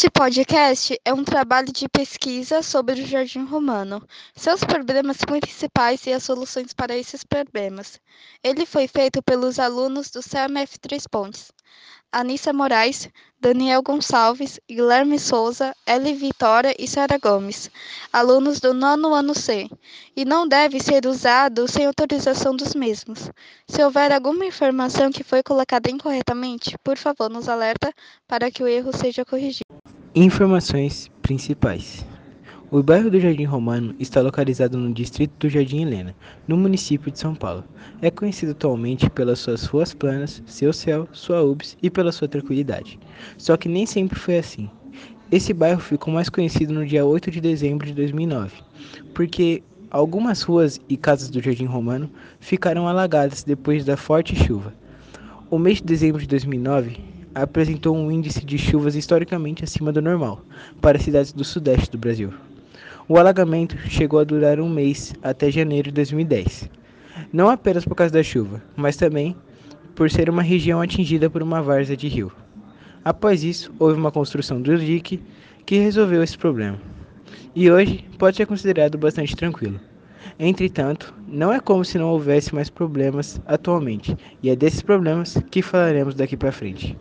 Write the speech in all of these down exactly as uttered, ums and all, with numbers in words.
Este podcast é um trabalho de pesquisa sobre o Jardim Romano, seus problemas principais e as soluções para esses problemas. Ele foi feito pelos alunos do C E M F Três Pontes, Anissa Moraes, Daniel Gonçalves, Guilherme Souza, Eli Vitória e Sara Gomes, alunos do nono ano C, e não deve ser usado sem autorização dos mesmos. Se houver alguma informação que foi colocada incorretamente, por favor, nos alerta para que o erro seja corrigido. Informações principais. O bairro do Jardim Romano está localizado no distrito do Jardim Helena, no município de São Paulo. É conhecido atualmente pelas suas ruas planas, seu céu, sua urbs e pela sua tranquilidade. Só que nem sempre foi assim. Esse bairro ficou mais conhecido no dia oito de dezembro de dois mil e nove, porque algumas ruas e casas do Jardim Romano ficaram alagadas depois da forte chuva. O mês de dezembro de dois mil e nove apresentou um índice de chuvas historicamente acima do normal para as cidades do sudeste do Brasil. O alagamento chegou a durar um mês até janeiro de dois mil e dez, não apenas por causa da chuva, mas também por ser uma região atingida por uma várzea de rio. Após isso, houve uma construção do dique que resolveu esse problema, e hoje pode ser considerado bastante tranquilo. Entretanto, não é como se não houvesse mais problemas atualmente, e é desses problemas que falaremos daqui para frente.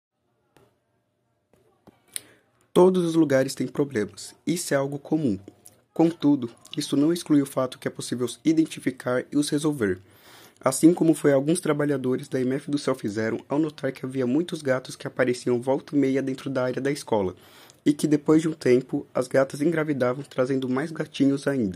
Todos os lugares têm problemas, isso é algo comum. Contudo, isso não exclui o fato que é possível identificar e os resolver. Assim como foi alguns trabalhadores da M F do Céu fizeram ao notar que havia muitos gatos que apareciam volta e meia dentro da área da escola, e que depois de um tempo, as gatas engravidavam trazendo mais gatinhos ainda.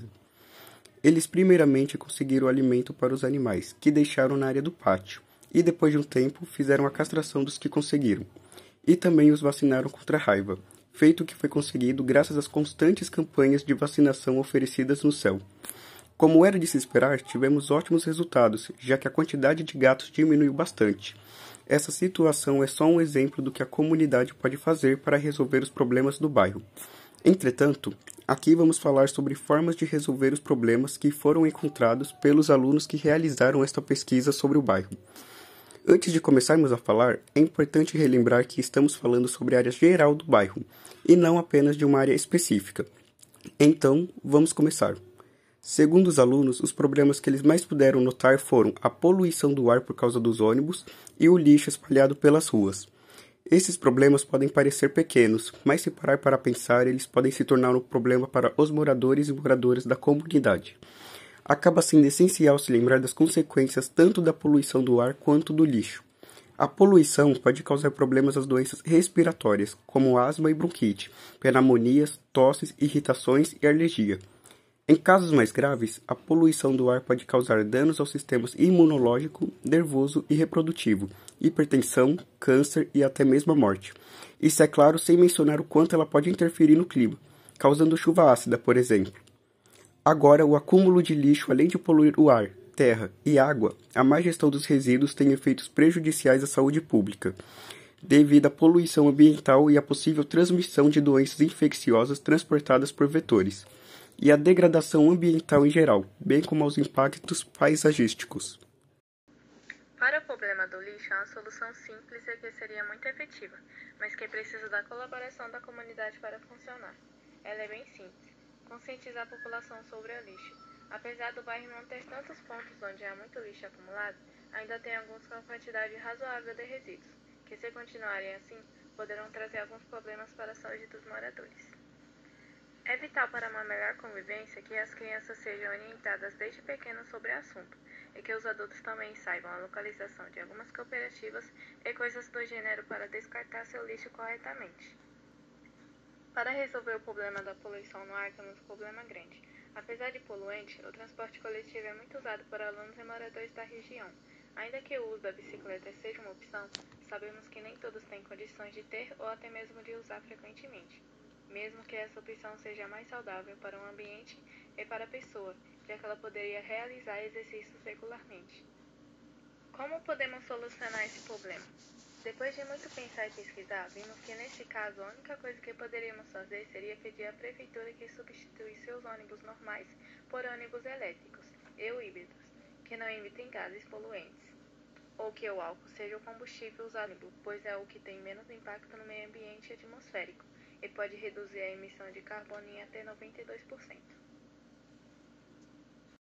Eles primeiramente conseguiram alimento para os animais, que deixaram na área do pátio, e depois de um tempo fizeram a castração dos que conseguiram. E também os vacinaram contra a raiva, feito que foi conseguido graças às constantes campanhas de vacinação oferecidas no céu. Como era de se esperar, tivemos ótimos resultados, já que a quantidade de gatos diminuiu bastante. Essa situação é só um exemplo do que a comunidade pode fazer para resolver os problemas do bairro. Entretanto, aqui vamos falar sobre formas de resolver os problemas que foram encontrados pelos alunos que realizaram esta pesquisa sobre o bairro. Antes de começarmos a falar, é importante relembrar que estamos falando sobre a área geral do bairro, e não apenas de uma área específica. Então, vamos começar. Segundo os alunos, os problemas que eles mais puderam notar foram a poluição do ar por causa dos ônibus e o lixo espalhado pelas ruas. Esses problemas podem parecer pequenos, mas se parar para pensar, eles podem se tornar um problema para os moradores e moradoras da comunidade. Acaba sendo essencial se lembrar das consequências tanto da poluição do ar quanto do lixo. A poluição pode causar problemas às doenças respiratórias, como asma e bronquite, pneumonias, tosses, irritações e alergia. Em casos mais graves, a poluição do ar pode causar danos aos sistemas imunológico, nervoso e reprodutivo, hipertensão, câncer e até mesmo a morte. Isso é claro sem mencionar o quanto ela pode interferir no clima, causando chuva ácida, por exemplo. Agora, o acúmulo de lixo, além de poluir o ar, terra e água, a má gestão dos resíduos tem efeitos prejudiciais à saúde pública, devido à poluição ambiental e à possível transmissão de doenças infecciosas transportadas por vetores, e à degradação ambiental em geral, bem como aos impactos paisagísticos. Para o problema do lixo, uma solução simples e que seria muito efetiva, mas que precisa da colaboração da comunidade para funcionar. Ela é bem simples. Conscientizar a população sobre o lixo. Apesar do bairro não ter tantos pontos onde há muito lixo acumulado, ainda tem alguns com quantidade razoável de resíduos, que se continuarem assim, poderão trazer alguns problemas para a saúde dos moradores. É vital para uma melhor convivência que as crianças sejam orientadas desde pequenas sobre o assunto, e que os adultos também saibam a localização de algumas cooperativas e coisas do gênero para descartar seu lixo corretamente. Para resolver o problema da poluição no ar, temos um problema grande. Apesar de poluente, o transporte coletivo é muito usado por alunos e moradores da região. Ainda que o uso da bicicleta seja uma opção, sabemos que nem todos têm condições de ter ou até mesmo de usar frequentemente. Mesmo que essa opção seja mais saudável para o ambiente e para a pessoa, já que ela poderia realizar exercícios regularmente. Como podemos solucionar esse problema? Depois de muito pensar e pesquisar, vimos que nesse caso a única coisa que poderíamos fazer seria pedir à prefeitura que substituísse seus ônibus normais por ônibus elétricos e híbridos, que não emitem gases poluentes. ou que o álcool seja o combustível usado, pois é o que tem menos impacto no meio ambiente atmosférico e pode reduzir a emissão de carbono em até noventa e dois por cento.